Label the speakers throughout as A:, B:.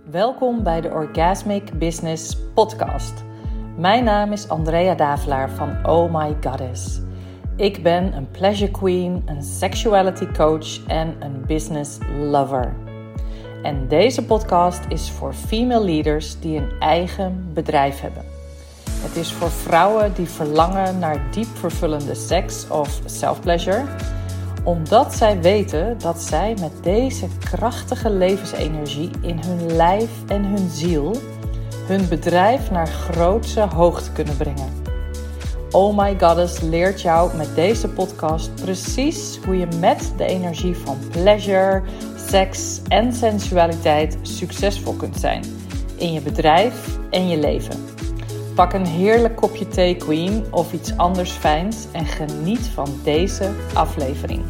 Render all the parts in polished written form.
A: Welkom bij de Orgasmic Business Podcast. Mijn naam is Andrea Davelaar van Oh My Goddess. Ik ben een pleasure queen, een sexuality coach en een business lover. En deze podcast is voor female leaders die een eigen bedrijf hebben. Het is voor vrouwen die verlangen naar diep vervullende seks of self-pleasure, omdat zij weten dat zij met deze krachtige levensenergie in hun lijf en hun ziel hun bedrijf naar grootse hoogte kunnen brengen. Oh My Goddess leert jou met deze podcast precies hoe je met de energie van pleasure, seks en sensualiteit succesvol kunt zijn in je bedrijf en je leven. Pak een heerlijk kopje thee, queen, of iets anders fijns en geniet van deze aflevering.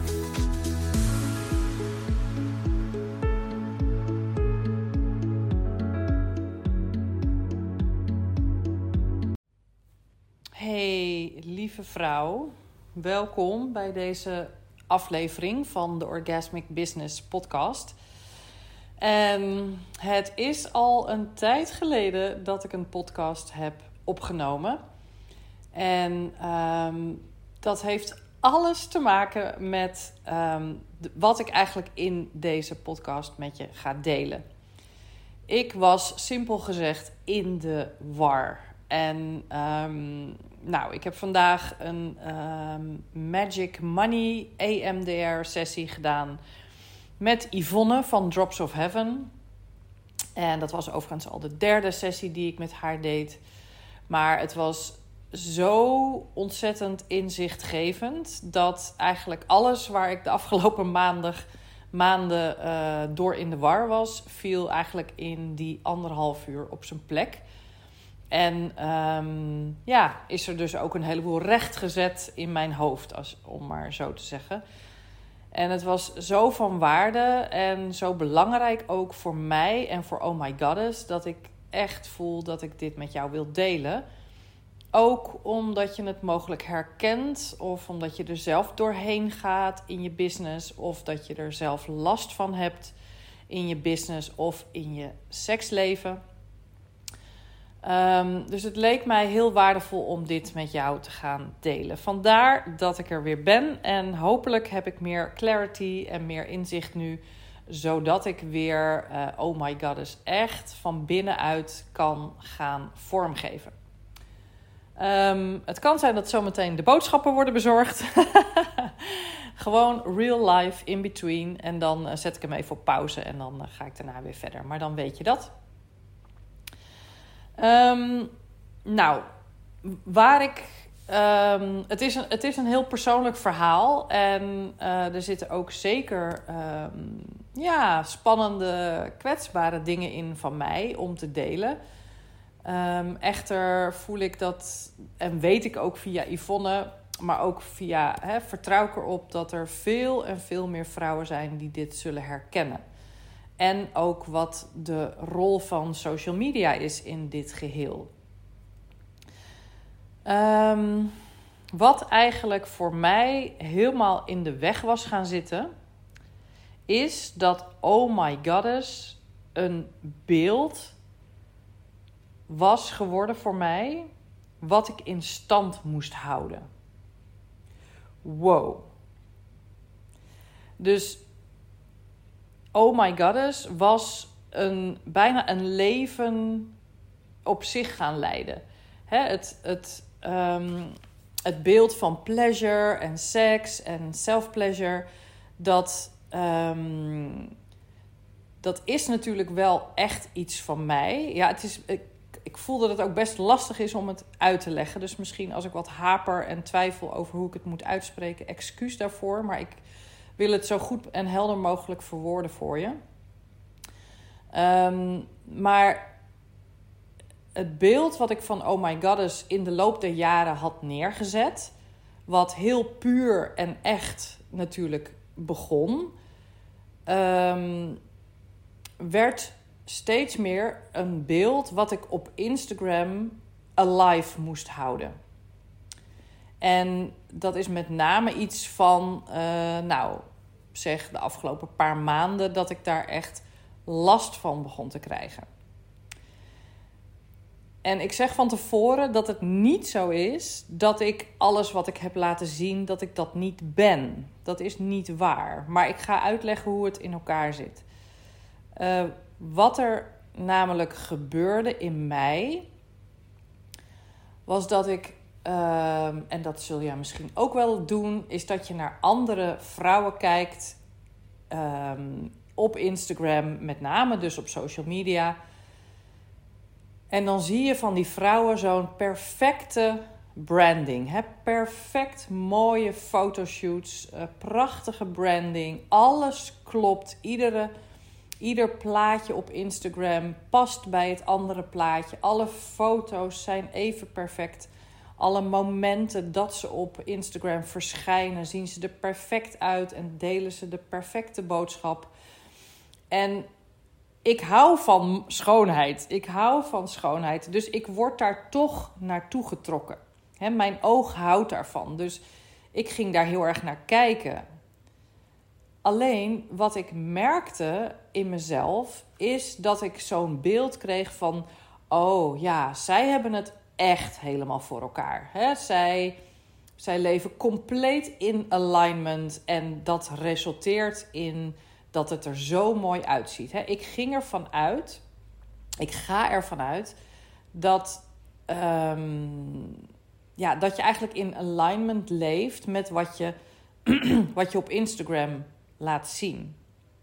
A: Hey, lieve vrouw. Welkom bij deze aflevering van de Orgasmic Business Podcast. En het is al een tijd geleden dat ik een podcast heb opgenomen. En dat heeft alles te maken met wat ik eigenlijk in deze podcast met je ga delen. Ik was simpel gezegd in de war. En ik heb vandaag een Magic Money EMDR sessie gedaan met Yvonne van Drops of Heaven. En dat was overigens al de derde sessie die ik met haar deed. Maar het was zo ontzettend inzichtgevend dat eigenlijk alles waar ik de afgelopen maanden door in de war was, viel eigenlijk in die 1,5 uur op zijn plek. En is er dus ook een heleboel recht gezet in mijn hoofd, om maar zo te zeggen. En het was zo van waarde en zo belangrijk ook voor mij en voor Oh My Goddess, dat ik echt voel dat ik dit met jou wil delen. Ook omdat je het mogelijk herkent of omdat je er zelf doorheen gaat in je business, of dat je er zelf last van hebt in je business of in je seksleven. Dus het leek mij heel waardevol om dit met jou te gaan delen. Vandaar dat ik er weer ben en hopelijk heb ik meer clarity en meer inzicht nu, zodat ik weer Oh My Goddess echt van binnenuit kan gaan vormgeven. Het kan zijn dat zometeen de boodschappen worden bezorgd. Gewoon real life in between. En dan zet ik hem even op pauze en dan ga ik daarna weer verder. Maar dan weet je dat. Het is een heel persoonlijk verhaal. En er zitten ook zeker spannende, kwetsbare dingen in van mij om te delen. Echter voel ik dat en weet ik ook via Yvonne, maar ook via vertrouw ik erop dat er veel en veel meer vrouwen zijn die dit zullen herkennen. En ook wat de rol van social media is in dit geheel. Wat eigenlijk voor mij helemaal in de weg was gaan zitten, is dat Oh My Goddess een beeld was geworden voor mij wat ik in stand moest houden. Wow. Dus Oh My Goddess was bijna een leven op zich gaan leiden. Het beeld van pleasure en seks en self-pleasure, dat is natuurlijk wel echt iets van mij. Ja, ik voel dat het ook best lastig is om het uit te leggen. Dus misschien als ik wat haper en twijfel over hoe ik het moet uitspreken, excuus daarvoor. Maar ik wil het zo goed en helder mogelijk verwoorden voor je. Maar het beeld wat ik van Oh My Goddess in de loop der jaren had neergezet, wat heel puur en echt natuurlijk begon, werd steeds meer een beeld wat ik op Instagram alive moest houden. En dat is met name iets van, de afgelopen paar maanden, dat ik daar echt last van begon te krijgen. En ik zeg van tevoren dat het niet zo is dat ik alles wat ik heb laten zien, dat ik dat niet ben. Dat is niet waar. Maar ik ga uitleggen hoe het in elkaar zit. Wat er namelijk gebeurde in mij, was dat ik, en dat zul jij misschien ook wel doen, is dat je naar andere vrouwen kijkt op Instagram, met name dus op social media. En dan zie je van die vrouwen zo'n perfecte branding. Hè? Perfect mooie fotoshoots, prachtige branding. Alles klopt. Ieder plaatje op Instagram past bij het andere plaatje. Alle foto's zijn even perfect. Alle momenten dat ze op Instagram verschijnen, zien ze er perfect uit en delen ze de perfecte boodschap. En ik hou van schoonheid. Dus ik word daar toch naartoe getrokken. Mijn oog houdt daarvan. Dus ik ging daar heel erg naar kijken. Alleen wat ik merkte in mezelf is dat ik zo'n beeld kreeg van, oh ja, zij hebben het echt helemaal voor elkaar. Zij leven compleet in alignment en dat resulteert in dat het er zo mooi uitziet. Ik ga ervan uit dat, dat je eigenlijk in alignment leeft met wat je op Instagram laat zien.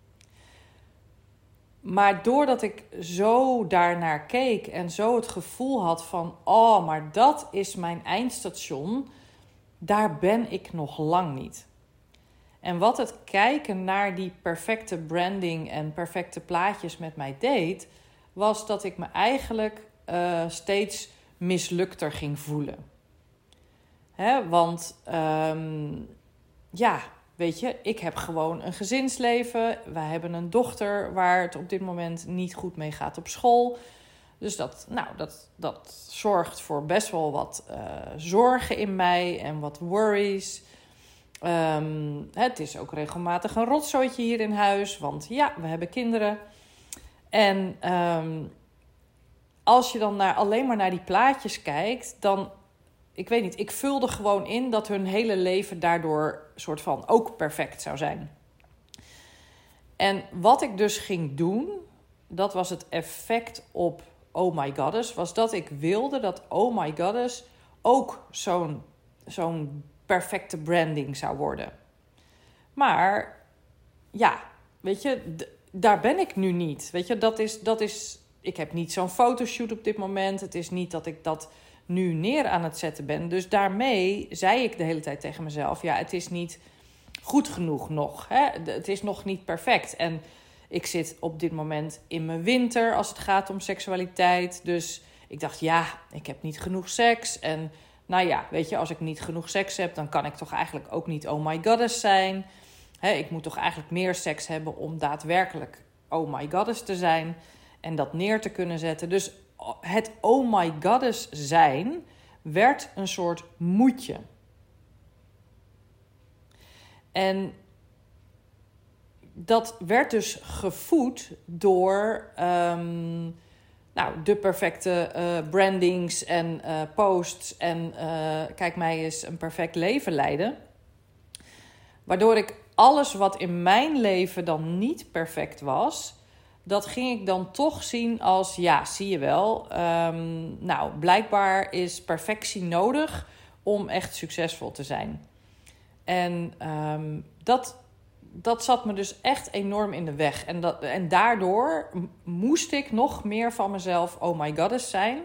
A: Maar doordat ik zo daarnaar keek en zo het gevoel had van, oh, maar dat is mijn eindstation, daar ben ik nog lang niet. En wat het kijken naar die perfecte branding en perfecte plaatjes met mij deed, was dat ik me eigenlijk steeds mislukter ging voelen. Want weet je, ik heb gewoon een gezinsleven. Wij hebben een dochter waar het op dit moment niet goed mee gaat op school. Dus dat zorgt voor best wel wat zorgen in mij en wat worries. Het is ook regelmatig een rotzooitje hier in huis, want ja, we hebben kinderen. En als je dan alleen maar naar die plaatjes kijkt, dan, ik weet niet, ik vulde gewoon in dat hun hele leven daardoor soort van ook perfect zou zijn. En wat ik dus ging doen, dat was het effect op Oh My Goddess, was dat ik wilde dat Oh My Goddess ook zo'n perfecte branding zou worden. Maar ja, weet je, daar ben ik nu niet. Weet je, dat is, ik heb niet zo'n fotoshoot op dit moment. Het is niet dat ik dat nu neer aan het zetten ben. Dus daarmee zei ik de hele tijd tegen mezelf, ja, het is niet goed genoeg nog. Het is nog niet perfect. En ik zit op dit moment in mijn winter als het gaat om seksualiteit. Dus ik dacht, ja, ik heb niet genoeg seks. En nou ja, weet je, als ik niet genoeg seks heb, dan kan ik toch eigenlijk ook niet Oh My Goddess zijn. Ik moet toch eigenlijk meer seks hebben om daadwerkelijk Oh My Goddess te zijn. En dat neer te kunnen zetten. Dus het Oh My Goddess zijn werd een soort moedje. En dat werd dus gevoed door de perfecte brandings en posts. En kijk mij eens een perfect leven leiden. Waardoor ik alles wat in mijn leven dan niet perfect was, dat ging ik dan toch zien als, ja, zie je wel. Blijkbaar is perfectie nodig om echt succesvol te zijn. En dat zat me dus echt enorm in de weg. En daardoor moest ik nog meer van mezelf Oh My Goddess zijn.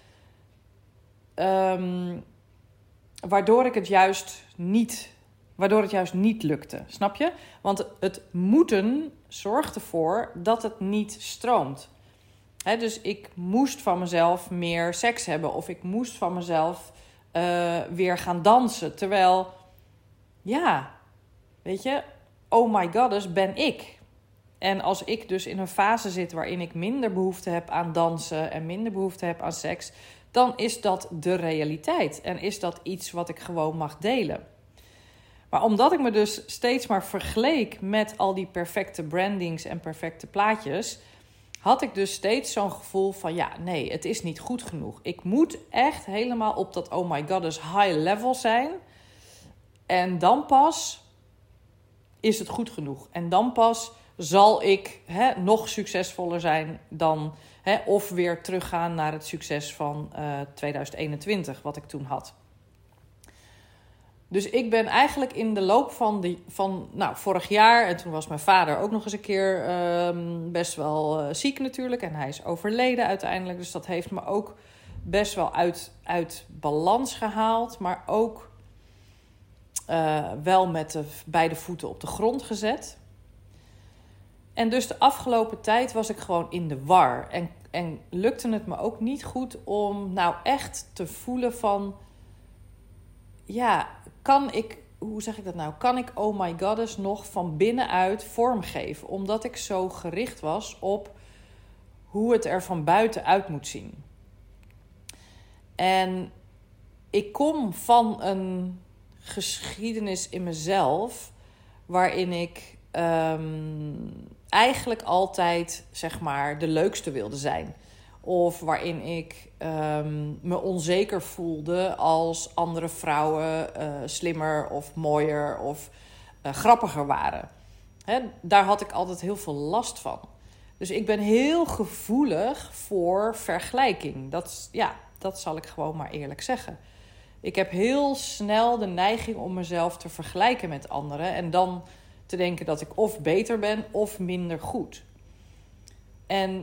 A: Waardoor het juist niet lukte. Snap je? Want het moeten zorgt ervoor dat het niet stroomt. Dus ik moest van mezelf meer seks hebben. Of ik moest van mezelf weer gaan dansen. Terwijl, ja, weet je, Oh My Goddess ben ik. En als ik dus in een fase zit waarin ik minder behoefte heb aan dansen en minder behoefte heb aan seks, dan is dat de realiteit. En is dat iets wat ik gewoon mag delen. Maar omdat ik me dus steeds maar vergeleek met al die perfecte brandings en perfecte plaatjes, had ik dus steeds zo'n gevoel van ja, nee, het is niet goed genoeg. Ik moet echt helemaal op dat oh my god, dus high level zijn. En dan pas is het goed genoeg. En dan pas zal ik nog succesvoller zijn dan of weer teruggaan naar het succes van 2021, wat ik toen had. Dus ik ben eigenlijk in de loop van vorig jaar, en toen was mijn vader ook nog eens een keer best wel ziek natuurlijk. En hij is overleden uiteindelijk. Dus dat heeft me ook best wel uit balans gehaald. Maar ook wel met beide voeten op de grond gezet. En dus de afgelopen tijd was ik gewoon in de war. En lukte het me ook niet goed om nou echt te voelen van... Ja, hoe zeg ik dat nou? Kan ik Oh My Goddess nog van binnenuit vormgeven? Omdat ik zo gericht was op hoe het er van buitenuit moet zien. En ik kom van een geschiedenis in mezelf waarin ik eigenlijk altijd, zeg maar, de leukste wilde zijn. Of waarin ik me onzeker voelde als andere vrouwen slimmer of mooier of grappiger waren. Daar had ik altijd heel veel last van. Dus ik ben heel gevoelig voor vergelijking. Dat zal ik gewoon maar eerlijk zeggen. Ik heb heel snel de neiging om mezelf te vergelijken met anderen. En dan te denken dat ik of beter ben of minder goed. En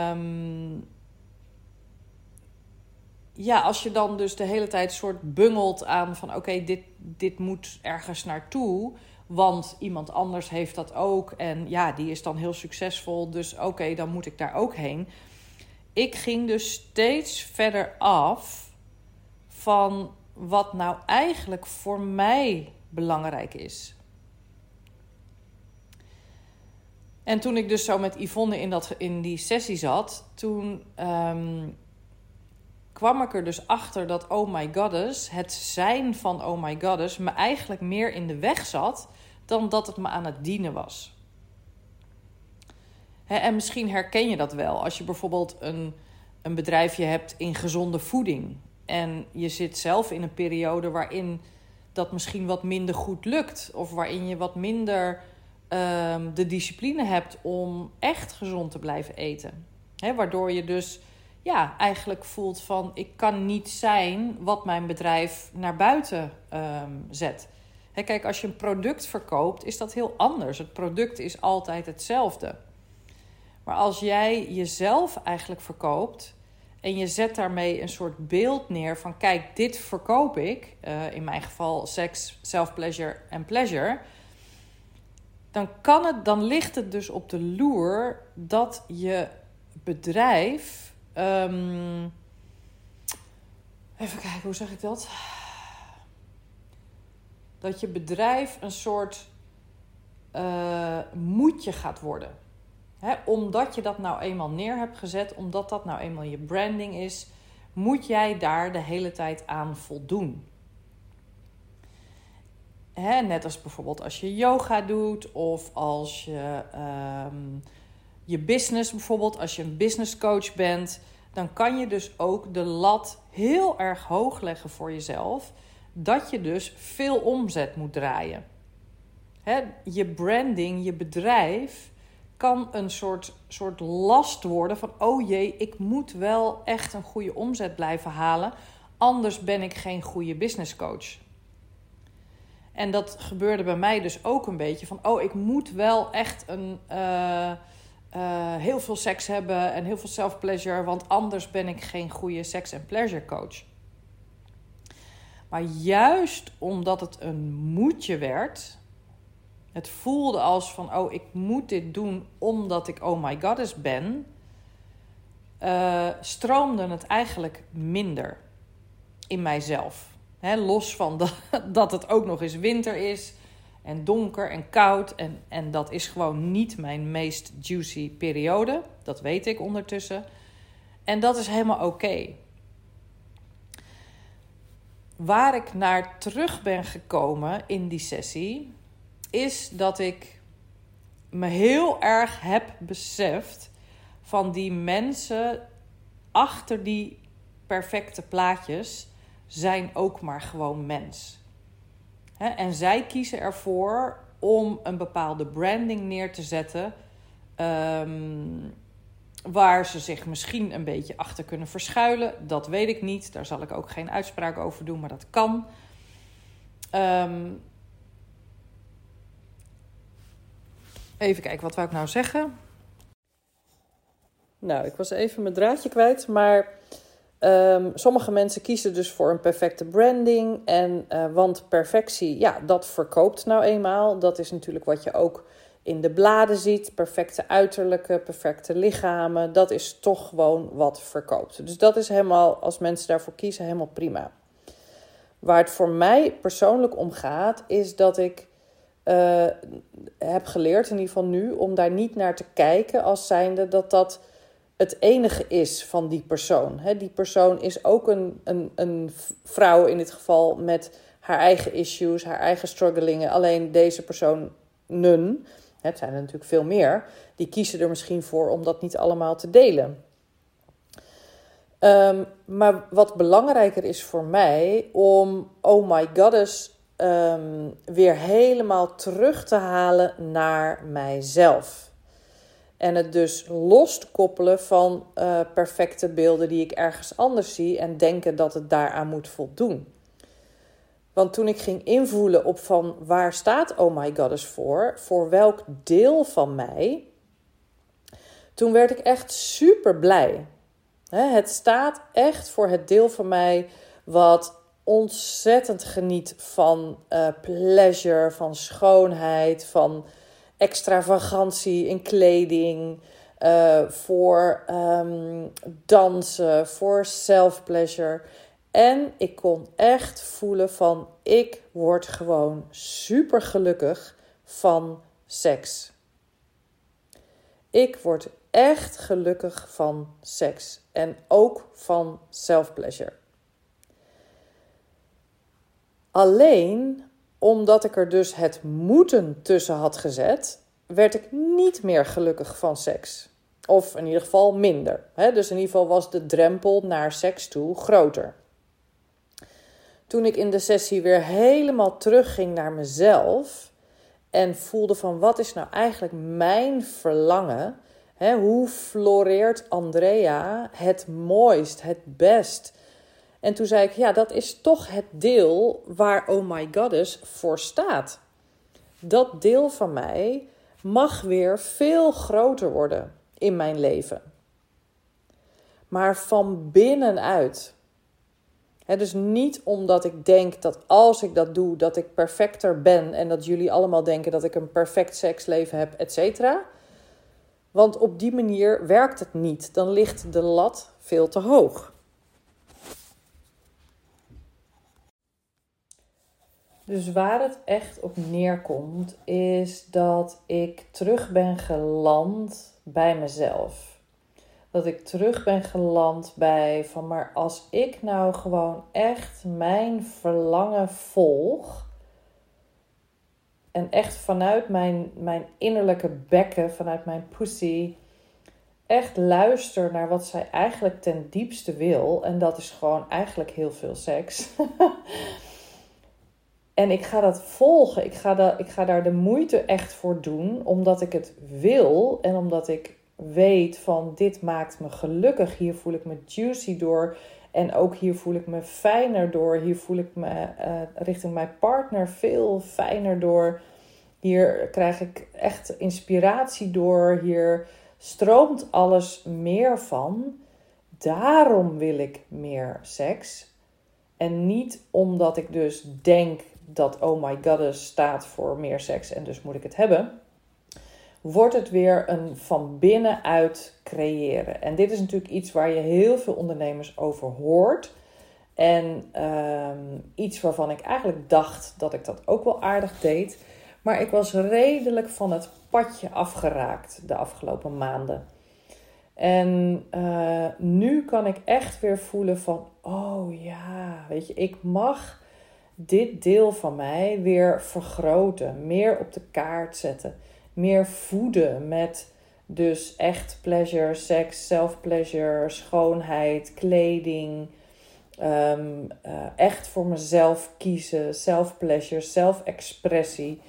A: als je dan dus de hele tijd soort bungelt aan van... oké, dit moet ergens naartoe, want iemand anders heeft dat ook. En ja, die is dan heel succesvol, dus oké, dan moet ik daar ook heen. Ik ging dus steeds verder af van wat nou eigenlijk voor mij belangrijk is. En toen ik dus zo met Yvonne in die sessie zat, toen kwam ik er dus achter dat Oh My Goddess, het zijn van Oh My Goddess, me eigenlijk meer in de weg zat dan dat het me aan het dienen was. En misschien herken je dat wel. Als je bijvoorbeeld een bedrijfje hebt in gezonde voeding en je zit zelf in een periode waarin dat misschien wat minder goed lukt, of waarin je wat minder de discipline hebt om echt gezond te blijven eten. Waardoor je dus eigenlijk voelt van ik kan niet zijn wat mijn bedrijf naar buiten zet. Kijk, als je een product verkoopt is dat heel anders. Het product is altijd hetzelfde. Maar als jij jezelf eigenlijk verkoopt en je zet daarmee een soort beeld neer van kijk, dit verkoop ik, in mijn geval seks, self-pleasure en pleasure, dan ligt het dus op de loer dat je bedrijf, even kijken, hoe zeg ik dat? Dat je bedrijf een soort moedje gaat worden. Omdat je dat nou eenmaal neer hebt gezet, omdat dat nou eenmaal je branding is, moet jij daar de hele tijd aan voldoen. Net als bijvoorbeeld als je yoga doet of als je je business bijvoorbeeld, als je een business coach bent, dan kan je dus ook de lat heel erg hoog leggen voor jezelf, dat je dus veel omzet moet draaien. Je branding, je bedrijf kan een soort last worden van oh jee, ik moet wel echt een goede omzet blijven halen, anders ben ik geen goede business coach. En dat gebeurde bij mij dus ook een beetje van oh, ik moet wel echt heel veel seks hebben en heel veel self-pleasure, want anders ben ik geen goede sex- en pleasure coach. Maar juist omdat het een moedje werd, het voelde als van oh, ik moet dit doen omdat ik Oh My Goddess ben, stroomde het eigenlijk minder in mijzelf. Los van dat het ook nog eens winter is en donker en koud. En dat is gewoon niet mijn meest juicy periode. Dat weet ik ondertussen. En dat is helemaal oké. waar ik naar terug ben gekomen in die sessie, is dat ik me heel erg heb beseft van die mensen achter die perfecte plaatjes zijn ook maar gewoon mens. En zij kiezen ervoor om een bepaalde branding neer te zetten, waar ze zich misschien een beetje achter kunnen verschuilen. Dat weet ik niet. Daar zal ik ook geen uitspraak over doen, maar dat kan. Even kijken, wat wou ik nou zeggen? Nou, ik was even mijn draadje kwijt, maar sommige mensen kiezen dus voor een perfecte branding. Want perfectie, ja, dat verkoopt nou eenmaal. Dat is natuurlijk wat je ook in de bladen ziet. Perfecte uiterlijke, perfecte lichamen. Dat is toch gewoon wat verkoopt. Dus dat is helemaal, als mensen daarvoor kiezen, helemaal prima. Waar het voor mij persoonlijk om gaat, is dat ik heb geleerd, in ieder geval nu, om daar niet naar te kijken als zijnde dat het enige is van die persoon. Die persoon is ook een vrouw in dit geval met haar eigen issues, haar eigen strugglingen. Alleen deze personen, het zijn er natuurlijk veel meer, die kiezen er misschien voor om dat niet allemaal te delen. Maar wat belangrijker is voor mij om Oh My Goddess weer helemaal terug te halen naar mijzelf. En het dus los te koppelen van perfecte beelden die ik ergens anders zie en denken dat het daaraan moet voldoen. Want toen ik ging invoelen op van waar staat Oh My Goddess voor welk deel van mij, toen werd ik echt super blij. Het staat echt voor het deel van mij wat ontzettend geniet van pleasure, van schoonheid, van extravagantie in kleding, voor dansen, voor self-pleasure. En ik kon echt voelen van ik word gewoon super gelukkig van seks. Ik word echt gelukkig van seks en ook van self-pleasure. Alleen omdat ik er dus het moeten tussen had gezet, werd ik niet meer gelukkig van seks. Of in ieder geval minder. Dus in ieder geval was de drempel naar seks toe groter. Toen ik in de sessie weer helemaal terugging naar mezelf en voelde van wat is nou eigenlijk mijn verlangen? Hoe floreert Andrea het mooist, het best? En toen zei ik, ja, dat is toch het deel waar Oh My Goddess voor staat. Dat deel van mij mag weer veel groter worden in mijn leven. Maar van binnenuit. Dus niet omdat ik denk dat als ik dat doe, dat ik perfecter ben en dat jullie allemaal denken dat ik een perfect seksleven heb, et cetera. Want op die manier werkt het niet. Dan ligt de lat veel te hoog. Dus waar het echt op neerkomt, is dat ik terug ben geland bij mezelf. Dat ik terug ben geland bij van, maar als ik nou gewoon echt mijn verlangen volg en echt vanuit mijn innerlijke bekken, vanuit mijn pussy, echt luister naar wat zij eigenlijk ten diepste wil. En dat is gewoon eigenlijk heel veel seks. En ik ga dat volgen. Ik ga daar de moeite echt voor doen. Omdat ik het wil. En omdat ik weet van dit maakt me gelukkig. Hier voel ik me juicy door. En ook hier voel ik me fijner door. Hier voel ik me richting mijn partner veel fijner door. Hier krijg ik echt inspiratie door. Hier stroomt alles meer van. Daarom wil ik meer seks. En niet omdat ik dus denk dat Oh My Goddess staat voor meer seks en dus moet ik het hebben. Wordt het weer een van binnenuit creëren. En dit is natuurlijk iets waar je heel veel ondernemers over hoort. En iets waarvan ik eigenlijk dacht dat ik dat ook wel aardig deed. Maar ik was redelijk van het padje afgeraakt de afgelopen maanden. En nu kan ik echt weer voelen van, oh ja, weet je, ik mag dit deel van mij weer vergroten. Meer op de kaart zetten. Meer voeden met dus echt pleasure, seks, self-pleasure, schoonheid, kleding. Echt voor mezelf kiezen. Self-pleasure, self-expressie.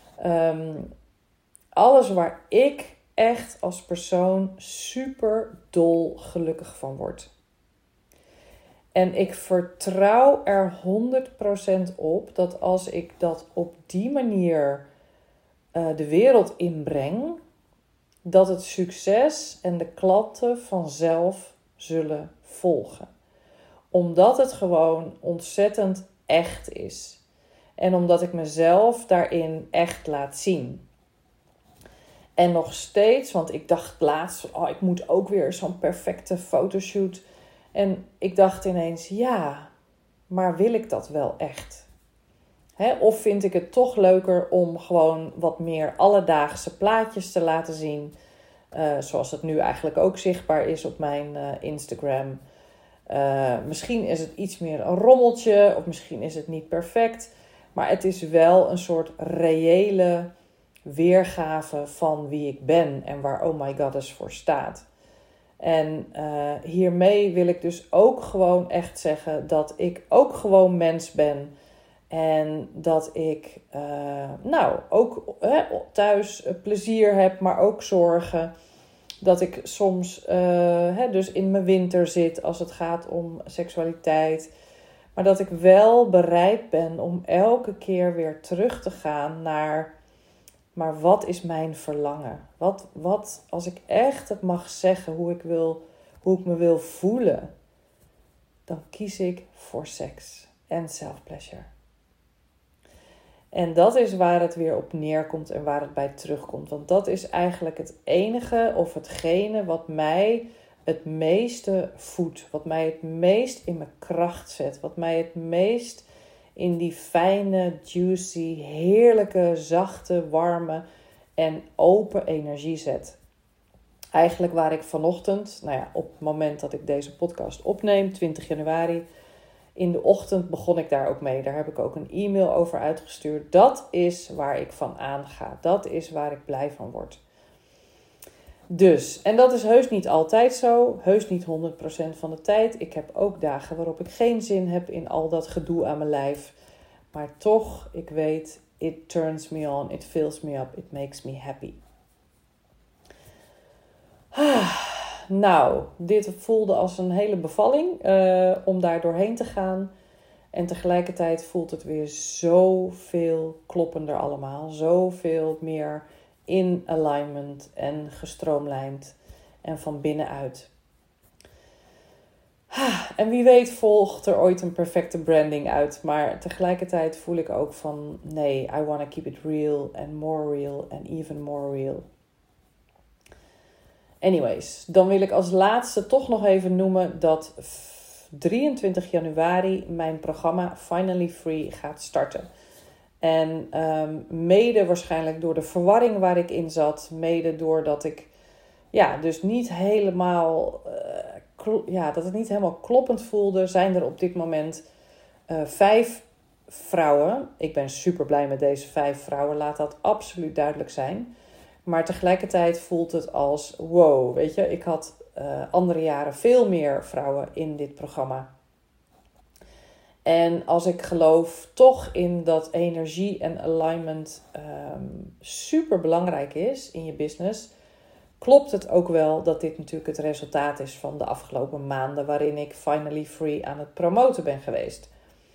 A: Alles waar ik echt als persoon super dol gelukkig van word. En ik vertrouw er 100% op dat als ik dat op die manier de wereld inbreng, dat het succes en de klanten vanzelf zullen volgen. Omdat het gewoon ontzettend echt is. En omdat ik mezelf daarin echt laat zien. En nog steeds, want ik dacht laatst, ik moet ook weer zo'n perfecte fotoshoot. En ik dacht ineens, ja, maar wil ik dat wel echt? Of vind ik het toch leuker om gewoon wat meer alledaagse plaatjes te laten zien. Zoals het nu eigenlijk ook zichtbaar is op mijn Instagram. Misschien is het iets meer een rommeltje of misschien is het niet perfect. Maar het is wel een soort reële weergave van wie ik ben en waar Oh My Goddess voor staat. En hiermee wil ik dus ook gewoon echt zeggen dat ik ook gewoon mens ben. En dat ik ook thuis plezier heb, maar ook zorgen. Dat ik soms dus in mijn winter zit als het gaat om seksualiteit. Maar dat ik wel bereid ben om elke keer weer terug te gaan naar... Maar wat is mijn verlangen? Wat als ik echt het mag zeggen hoe ik me wil voelen, dan kies ik voor seks en self-pleasure. En dat is waar het weer op neerkomt en waar het bij terugkomt. Want dat is eigenlijk het enige of hetgene wat mij het meeste voedt. Wat mij het meest in mijn kracht zet. Wat mij het meest in die fijne, juicy, heerlijke, zachte, warme en open energie zet. Eigenlijk waar ik vanochtend, op het moment dat ik deze podcast opneem, 20 januari... in de ochtend begon ik daar ook mee. Daar heb ik ook een e-mail over uitgestuurd. Dat is waar ik van aanga. Dat is waar ik blij van word. Dus, en dat is heus niet altijd zo. Heus niet 100% van de tijd. Ik heb ook dagen waarop ik geen zin heb in al dat gedoe aan mijn lijf. Maar toch, ik weet, it turns me on, it fills me up, it makes me happy. Nou, dit voelde als een hele bevalling om daar doorheen te gaan. En tegelijkertijd voelt het weer zoveel kloppender allemaal. Zoveel meer in alignment en gestroomlijnd en van binnenuit. En wie weet volgt er ooit een perfecte branding uit. Maar tegelijkertijd voel ik ook van nee, I want to keep it real and more real and even more real. Anyways, dan wil ik als laatste toch nog even noemen dat 23 januari mijn programma Finally Free gaat starten. En mede waarschijnlijk door de verwarring waar ik in zat, mede doordat ik dus niet helemaal, dat het niet helemaal kloppend voelde, zijn er op dit moment 5 vrouwen. Ik ben super blij met deze 5 vrouwen, laat dat absoluut duidelijk zijn. Maar tegelijkertijd voelt het als wow, weet je, ik had andere jaren veel meer vrouwen in dit programma. En als ik geloof toch in dat energie en alignment super belangrijk is in je business, klopt het ook wel dat dit natuurlijk het resultaat is van de afgelopen maanden waarin ik Finally Free aan het promoten ben geweest.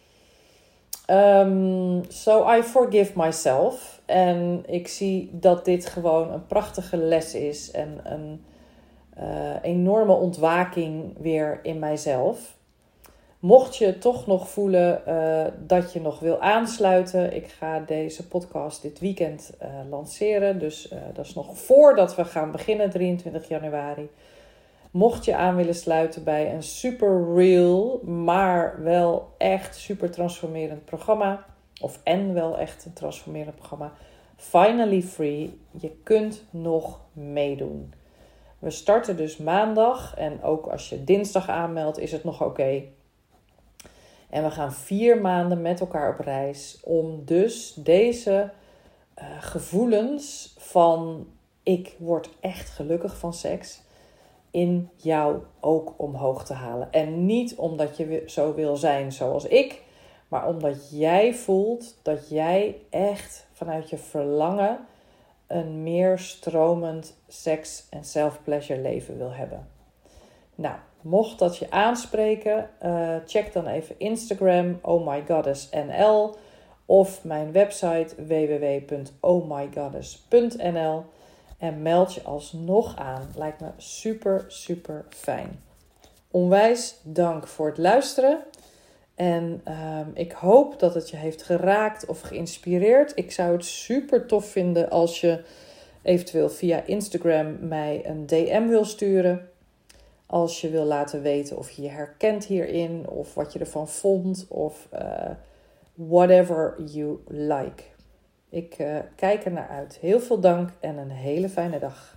A: So I forgive myself. En ik zie dat dit gewoon een prachtige les is. En een enorme ontwaking weer in mijzelf. Mocht je toch nog voelen dat je nog wil aansluiten. Ik ga deze podcast dit weekend lanceren. Dus dat is nog voordat we gaan beginnen, 23 januari. Mocht je aan willen sluiten bij een super real, maar wel echt super transformerend programma. En wel echt een transformerend programma. Finally Free. Je kunt nog meedoen. We starten dus maandag. En ook als je dinsdag aanmeldt is het nog oké. En we gaan 4 maanden met elkaar op reis om dus deze gevoelens van ik word echt gelukkig van seks in jou ook omhoog te halen. En niet omdat je zo wil zijn zoals ik, maar omdat jij voelt dat jij echt vanuit je verlangen een meer stromend seks- en self-pleasure leven wil hebben. Nou, mocht dat je aanspreken, check dan even Instagram ohmygoddessnl of mijn website www.ohmygoddess.nl en meld je alsnog aan. Lijkt me super, super fijn. Onwijs dank voor het luisteren. En ik hoop dat het je heeft geraakt of geïnspireerd. Ik zou het super tof vinden als je eventueel via Instagram mij een DM wil sturen. Als je wil laten weten of je je herkent hierin of wat je ervan vond of whatever you like. Ik kijk er naar uit. Heel veel dank en een hele fijne dag.